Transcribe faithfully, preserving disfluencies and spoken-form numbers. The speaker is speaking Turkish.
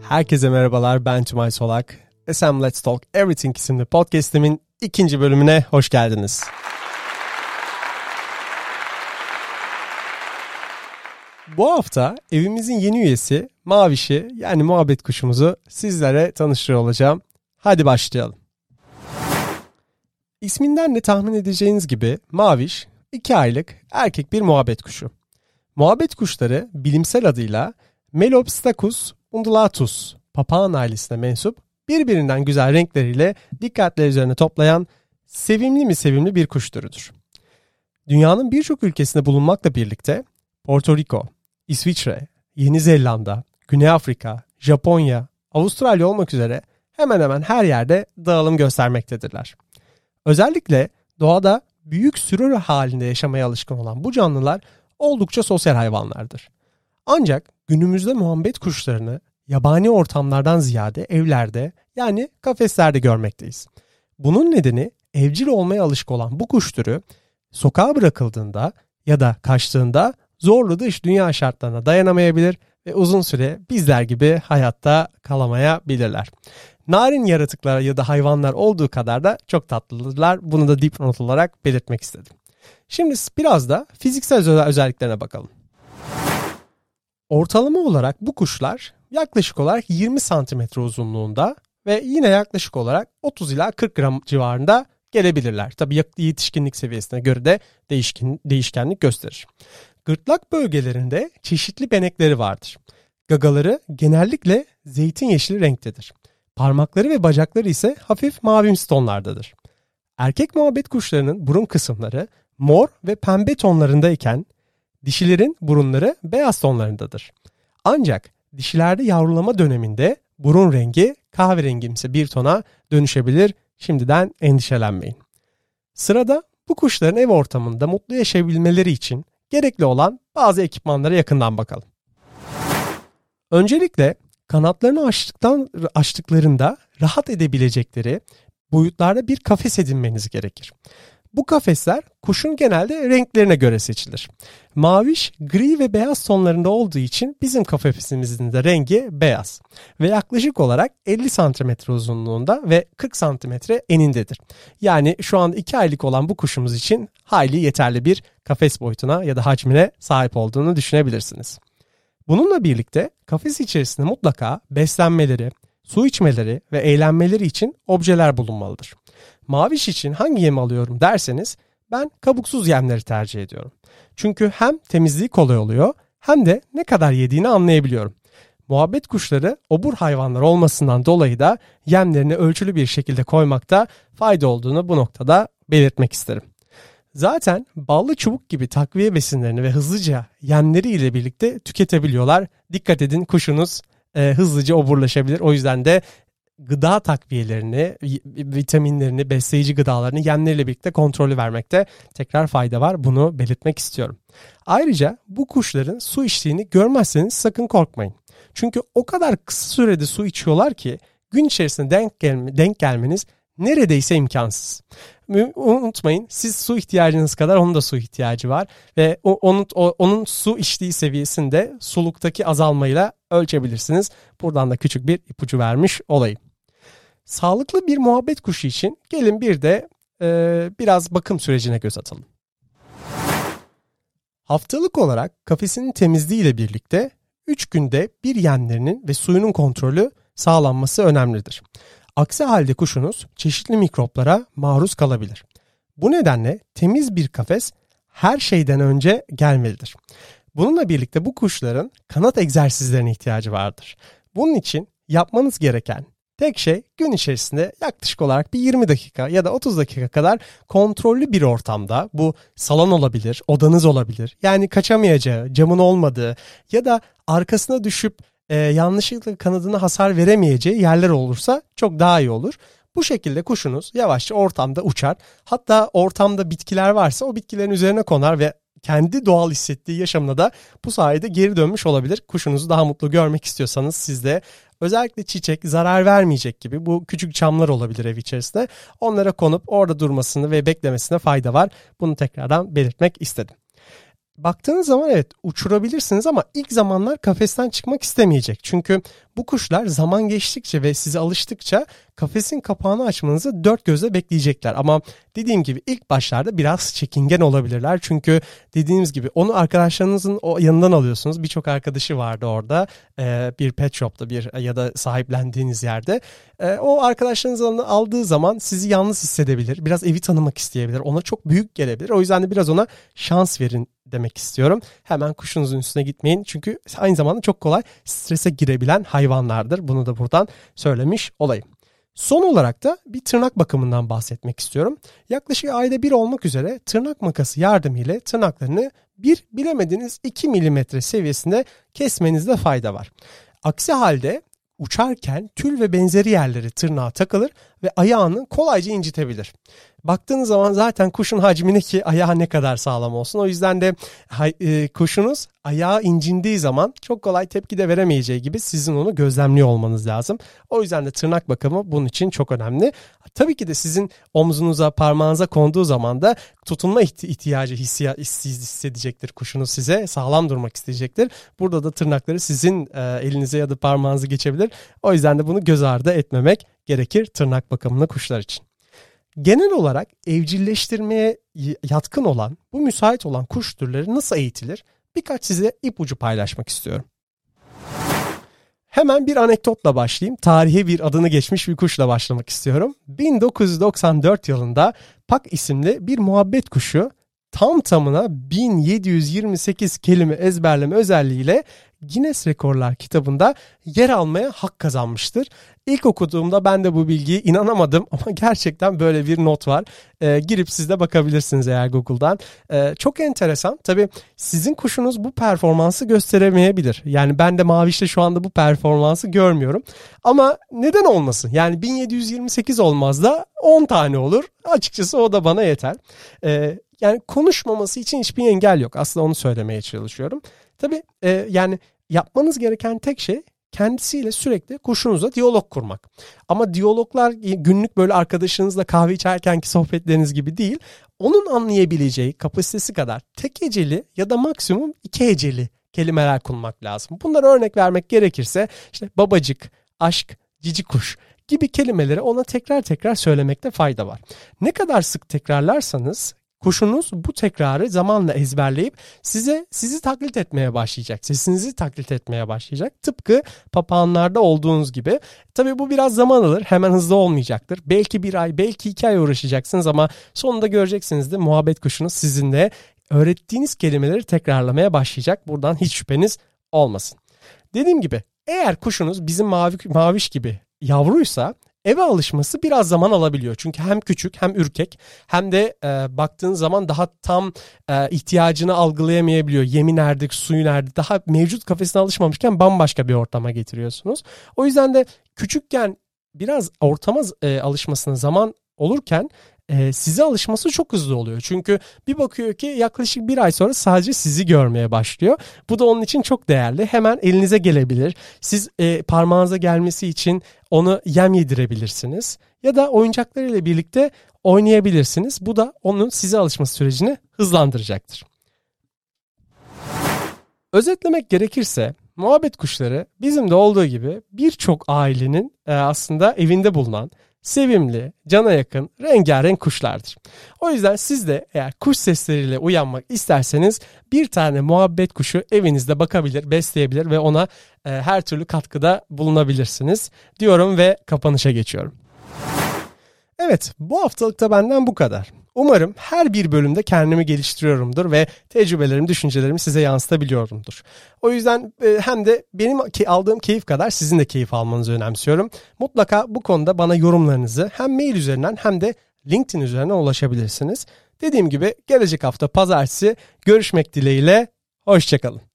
Herkese merhabalar, ben Tümay Solak. S M Let's Talk Everything isimli podcast'imin ikinci bölümüne hoş geldiniz. Bu hafta evimizin yeni üyesi Maviş'i yani muhabbet kuşumuzu sizlere tanıştırıyor olacağım. Hadi başlayalım. İsminden de tahmin edeceğiniz gibi Maviş iki aylık erkek bir muhabbet kuşu. Muhabbet kuşları bilimsel adıyla Melopistacus undulatus, papağan ailesine mensup, birbirinden güzel renkleriyle dikkatleri üzerine toplayan sevimli mi sevimli bir kuş türüdür. Dünyanın birçok ülkesinde bulunmakla birlikte Porto Rico, İsviçre, Yeni Zelanda, Güney Afrika, Japonya, Avustralya olmak üzere hemen hemen her yerde dağılım göstermektedirler. Özellikle doğada büyük sürü halinde yaşamaya alışkın olan bu canlılar oldukça sosyal hayvanlardır. Ancak günümüzde muhabbet kuşlarını yabani ortamlardan ziyade evlerde yani kafeslerde görmekteyiz. Bunun nedeni evcil olmaya alışık olan bu kuş türü sokağa bırakıldığında ya da kaçtığında zorlu dış dünya şartlarına dayanamayabilir ve uzun süre bizler gibi hayatta kalamayabilirler. Narin yaratıklar ya da hayvanlar olduğu kadar da çok tatlıdırlar. Bunu da dipnot olarak belirtmek istedim. Şimdi biraz da fiziksel özelliklerine bakalım. Ortalama olarak bu kuşlar yaklaşık olarak yirmi santimetre uzunluğunda ve yine yaklaşık olarak otuz ila kırk gram civarında gelebilirler. Tabii yetişkinlik seviyesine göre de değişkin, değişkenlik gösterir. Gırtlak bölgelerinde çeşitli benekleri vardır. Gagaları genellikle zeytin yeşili renktedir. Parmakları ve bacakları ise hafif mavimsi tonlardadır. Erkek muhabbet kuşlarının burun kısımları mor ve pembe tonlarındayken dişilerin burunları beyaz tonlarındadır. Ancak dişilerde yavrulama döneminde burun rengi kahverengimsi bir tona dönüşebilir. Şimdiden endişelenmeyin. Sırada bu kuşların ev ortamında mutlu yaşayabilmeleri için gerekli olan bazı ekipmanlara yakından bakalım. Öncelikle kanatlarını açtıktan, açtıklarında rahat edebilecekleri boyutlarda bir kafes edinmeniz gerekir. Bu kafesler kuşun genelde renklerine göre seçilir. Maviş, gri ve beyaz tonlarında olduğu için bizim kafesimizin de rengi beyaz. Ve yaklaşık olarak elli santimetre uzunluğunda ve kırk santimetre enindedir. Yani şu an iki aylık olan bu kuşumuz için hayli yeterli bir kafes boyutuna ya da hacmine sahip olduğunu düşünebilirsiniz. Bununla birlikte kafes içerisinde mutlaka beslenmeleri, su içmeleri ve eğlenmeleri için objeler bulunmalıdır. Maviş için hangi yem alıyorum derseniz ben kabuksuz yemleri tercih ediyorum. Çünkü hem temizliği kolay oluyor hem de ne kadar yediğini anlayabiliyorum. Muhabbet kuşları obur hayvanlar olmasından dolayı da yemlerini ölçülü bir şekilde koymakta fayda olduğunu bu noktada belirtmek isterim. Zaten ballı çubuk gibi takviye besinlerini ve hızlıca yemleri ile birlikte tüketebiliyorlar. Dikkat edin, kuşunuz e, hızlıca oburlaşabilir. O yüzden de gıda takviyelerini, vitaminlerini, besleyici gıdalarını yemleriyle birlikte kontrolü vermekte tekrar fayda var. Bunu belirtmek istiyorum. Ayrıca bu kuşların su içtiğini görmezseniz sakın korkmayın. Çünkü o kadar kısa sürede su içiyorlar ki gün içerisinde denk, gelme, denk gelmeniz neredeyse imkansız. Unutmayın, siz su ihtiyacınız kadar onun da su ihtiyacı var ve onun, onun su içtiği seviyesinde suluktaki azalmayla ölçebilirsiniz. Buradan da küçük bir ipucu vermiş olayım. Sağlıklı bir muhabbet kuşu için gelin bir de e, biraz bakım sürecine göz atalım. Haftalık olarak kafesinin temizliği ile birlikte üç günde bir yemlerinin ve suyunun kontrolü sağlanması önemlidir. Aksi halde kuşunuz çeşitli mikroplara maruz kalabilir. Bu nedenle temiz bir kafes her şeyden önce gelmelidir. Bununla birlikte bu kuşların kanat egzersizlerine ihtiyacı vardır. Bunun için yapmanız gereken tek şey gün içerisinde yaklaşık olarak bir yirmi dakika ya da otuz dakika kadar kontrollü bir ortamda, bu salon olabilir, odanız olabilir, yani kaçamayacağı, camın olmadığı ya da arkasına düşüp e, yanlışlıkla kanadına hasar veremeyeceği yerler olursa çok daha iyi olur. Bu şekilde kuşunuz yavaşça ortamda uçar. Hatta ortamda bitkiler varsa o bitkilerin üzerine konar ve kendi doğal hissettiği yaşamına da bu sayede geri dönmüş olabilir. Kuşunuzu daha mutlu görmek istiyorsanız siz de özellikle çiçek, zarar vermeyecek gibi bu küçük çamlar olabilir ev içerisinde. Onlara konup orada durmasını ve beklemesine fayda var. Bunu tekrardan belirtmek istedim. baktığınız zaman evet uçurabilirsiniz ama ilk zamanlar kafesten çıkmak istemeyecek. Çünkü bu kuşlar zaman geçtikçe ve size alıştıkça kafesin kapağını açmanızı dört gözle bekleyecekler. Ama dediğim gibi ilk başlarda biraz çekingen olabilirler. Çünkü dediğimiz gibi onu arkadaşlarınızın o yanından alıyorsunuz. Birçok arkadaşı vardı orada ee, bir pet shop'ta bir ya da sahiplendiğiniz yerde. Ee, o arkadaşlarınızın aldığı zaman sizi yalnız hissedebilir. Biraz evi tanımak isteyebilir. Ona çok büyük gelebilir. O yüzden de biraz ona şans verin demek istiyorum. Hemen kuşunuzun üstüne gitmeyin. Çünkü aynı zamanda çok kolay strese girebilen hayvanlardır. Bunu da buradan söylemiş olayım. Son olarak da bir tırnak bakımından bahsetmek istiyorum. Yaklaşık ayda bir olmak üzere tırnak makası yardımıyla tırnaklarını bir bilemediniz iki milimetre seviyesinde kesmenizde fayda var. Aksi halde uçarken tül ve benzeri yerleri tırnağa takılır ve ayağını kolayca incitebilir. Baktığınız zaman zaten kuşun hacmine ki ayağı ne kadar sağlam olsun. O yüzden de e, kuşunuz ayağı incindiği zaman çok kolay tepki de veremeyeceği gibi sizin onu gözlemliyor olmanız lazım. O yüzden de tırnak bakımı bunun için çok önemli. Tabii ki de sizin omuzunuza, parmağınıza konduğu zaman da tutunma ihtiyacı hissedecektir kuşunuz size. Sağlam durmak isteyecektir. Burada da tırnakları sizin e, elinize ya da parmağınızı geçebilir. O yüzden de bunu göz ardı etmemek gerekir tırnak bakımını kuşlar için. Genel olarak evcilleştirmeye yatkın olan, bu müsait olan kuş türleri nasıl eğitilir? Birkaç size ipucu paylaşmak istiyorum. Hemen bir anekdotla başlayayım. Tarihe bir adını geçmiş bir kuşla başlamak istiyorum. bin dokuz yüz doksan dört yılında Pak isimli bir muhabbet kuşu tam tamına bin yedi yüz yirmi sekiz kelime ezberleme özelliğiyle Guinness Rekorlar kitabında yer almaya hak kazanmıştır. İlk okuduğumda ben de bu bilgiye inanamadım ama gerçekten böyle bir not var. Ee, girip siz de bakabilirsiniz eğer Google'dan. Ee, çok enteresan. Tabii sizin kuşunuz bu performansı gösteremeyebilir. Yani ben de Maviş'te şu anda bu performansı görmüyorum. Ama neden olmasın? Yani bin yedi yüz yirmi sekiz olmaz da on tane olur. Açıkçası o da bana yeter. Ee, yani konuşmaması için hiçbir engel yok. Aslında onu söylemeye çalışıyorum. Tabii e, yani yapmanız gereken tek şey kendisiyle sürekli kuşunuzla diyalog kurmak. Ama diyaloglar günlük böyle arkadaşınızla kahve içerkenki sohbetleriniz gibi değil. Onun anlayabileceği kapasitesi kadar tek heceli ya da maksimum iki heceli kelimeler kullanmak lazım. Bunlara örnek vermek gerekirse işte babacık, aşk, cici kuş gibi kelimeleri ona tekrar tekrar söylemekte fayda var. Ne kadar sık tekrarlarsanız kuşunuz bu tekrarı zamanla ezberleyip size sizi taklit etmeye başlayacak. Sesinizi taklit etmeye başlayacak. Tıpkı papağanlarda olduğunuz gibi. Tabii bu biraz zaman alır. Hemen hızlı olmayacaktır. Belki bir ay, belki iki ay uğraşacaksınız ama sonunda göreceksiniz de muhabbet kuşunuz sizinle öğrettiğiniz kelimeleri tekrarlamaya başlayacak. Buradan hiç şüpheniz olmasın. Dediğim gibi eğer kuşunuz bizim mavi, maviş gibi yavruysa eve alışması biraz zaman alabiliyor. Çünkü hem küçük hem ürkek hem de e, baktığınız zaman daha tam e, ihtiyacını algılayamayabiliyor. Yemi nerede, suyu nerede, daha mevcut kafesine alışmamışken bambaşka bir ortama getiriyorsunuz. O yüzden de küçükken biraz ortama e, alışmasına zaman olurken e, size alışması çok hızlı oluyor. Çünkü bir bakıyor ki yaklaşık bir ay sonra sadece sizi görmeye başlıyor. Bu da onun için çok değerli. Hemen elinize gelebilir. Siz e, parmağınıza gelmesi için onu yem yedirebilirsiniz. Ya da oyuncaklarıyla birlikte oynayabilirsiniz. Bu da onun size alışması sürecini hızlandıracaktır. Özetlemek gerekirse muhabbet kuşları bizim de olduğu gibi birçok ailenin e, aslında evinde bulunan sevimli, cana yakın, rengarenk kuşlardır. O yüzden siz de eğer kuş sesleriyle uyanmak isterseniz bir tane muhabbet kuşu evinizde bakabilir, besleyebilir ve ona e, her türlü katkıda bulunabilirsiniz diyorum ve kapanışa geçiyorum. Evet, bu haftalıkta benden bu kadar. Umarım her bir bölümde kendimi geliştiriyorumdur ve tecrübelerimi, düşüncelerimi size yansıtabiliyorumdur. O yüzden hem de benim aldığım keyif kadar sizin de keyif almanızı önemsiyorum. Mutlaka bu konuda bana yorumlarınızı hem mail üzerinden hem de LinkedIn üzerinden ulaşabilirsiniz. Dediğim gibi gelecek hafta pazartesi görüşmek dileğiyle, hoşça kalın.